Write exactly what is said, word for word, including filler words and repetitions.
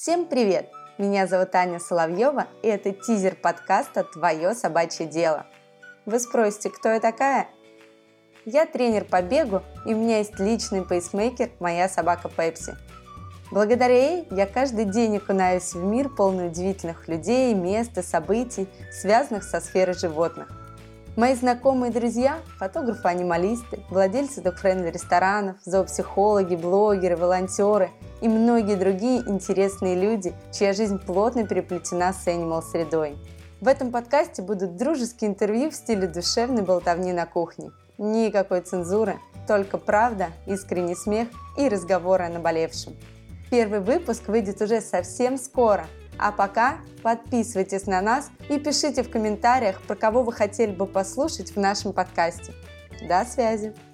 Всем привет! Меня зовут Аня Соловьева, и это тизер подкаста «Твое собачье дело». Вы спросите, кто я такая? Я тренер по бегу, и у меня есть личный пейсмейкер «Моя собака Пепси». Благодаря ей я каждый день окунаюсь в мир, полный удивительных людей, мест и событий, связанных со сферой животных. Мои знакомые и друзья – фотографы-анималисты, владельцы док-френдли ресторанов, зоопсихологи, блогеры, волонтеры и многие другие интересные люди, чья жизнь плотно переплетена с энимал-средой. В этом подкасте будут дружеские интервью в стиле душевной болтовни на кухне. Никакой цензуры, только правда, искренний смех и разговоры о наболевшем. Первый выпуск выйдет уже совсем скоро. А пока подписывайтесь на нас и пишите в комментариях, про кого вы хотели бы послушать в нашем подкасте. До связи!